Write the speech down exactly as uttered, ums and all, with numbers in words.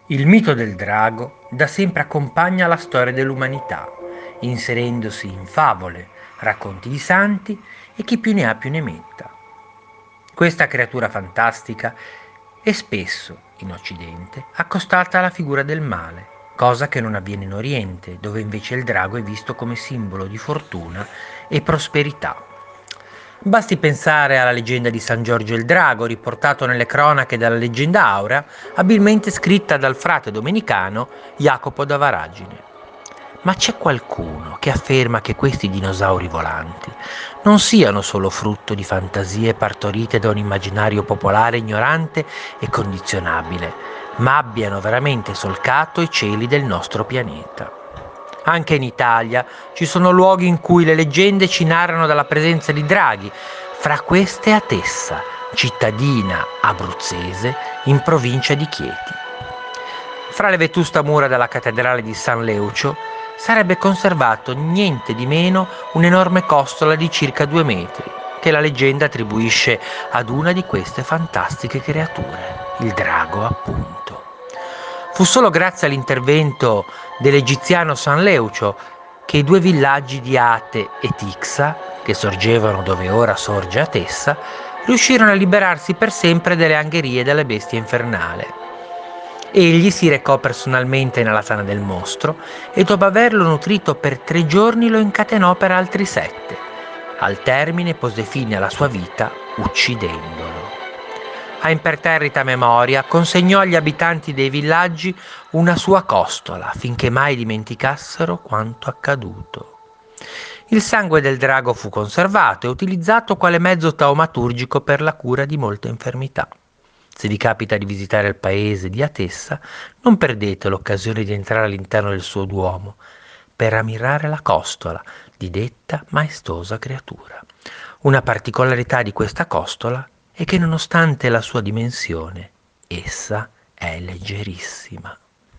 Il mito del drago da sempre accompagna la storia dell'umanità, inserendosi in favole, racconti di santi e chi più ne ha più ne metta. Questa creatura fantastica è spesso, in Occidente, accostata alla figura del male, cosa che non avviene in Oriente, dove invece il drago è visto come simbolo di fortuna e prosperità. Basti pensare alla leggenda di San Giorgio il Drago, riportato nelle cronache dalla Leggenda Aurea, abilmente scritta dal frate domenicano Jacopo da Varagine. Ma c'è qualcuno che afferma che questi dinosauri volanti non siano solo frutto di fantasie partorite da un immaginario popolare ignorante e condizionabile, ma abbiano veramente solcato i cieli del nostro pianeta. Anche in Italia ci sono luoghi in cui le leggende ci narrano della presenza di draghi, fra queste Atessa, cittadina abruzzese in provincia di Chieti. Fra le vetuste mura della cattedrale di San Leucio sarebbe conservato niente di meno un'enorme costola di circa due metri, che la leggenda attribuisce ad una di queste fantastiche creature, il drago appunto. Fu solo grazie all'intervento dell'egiziano San Leucio che i due villaggi di Ate e Tixa, che sorgevano dove ora sorge Atessa, riuscirono a liberarsi per sempre delle angherie della bestia infernale. Egli si recò personalmente nella tana del mostro e dopo averlo nutrito per tre giorni lo incatenò per altri sette. Al termine pose fine alla sua vita uccidendolo. A imperterrita memoria consegnò agli abitanti dei villaggi una sua costola finché mai dimenticassero quanto accaduto. Il sangue del drago fu conservato e utilizzato quale mezzo taumaturgico per la cura di molte infermità. Se vi capita di visitare il paese di Atessa, non perdete l'occasione di entrare all'interno del suo duomo per ammirare la costola di detta maestosa creatura. Una particolarità di questa costola è che nonostante la sua dimensione, essa è leggerissima.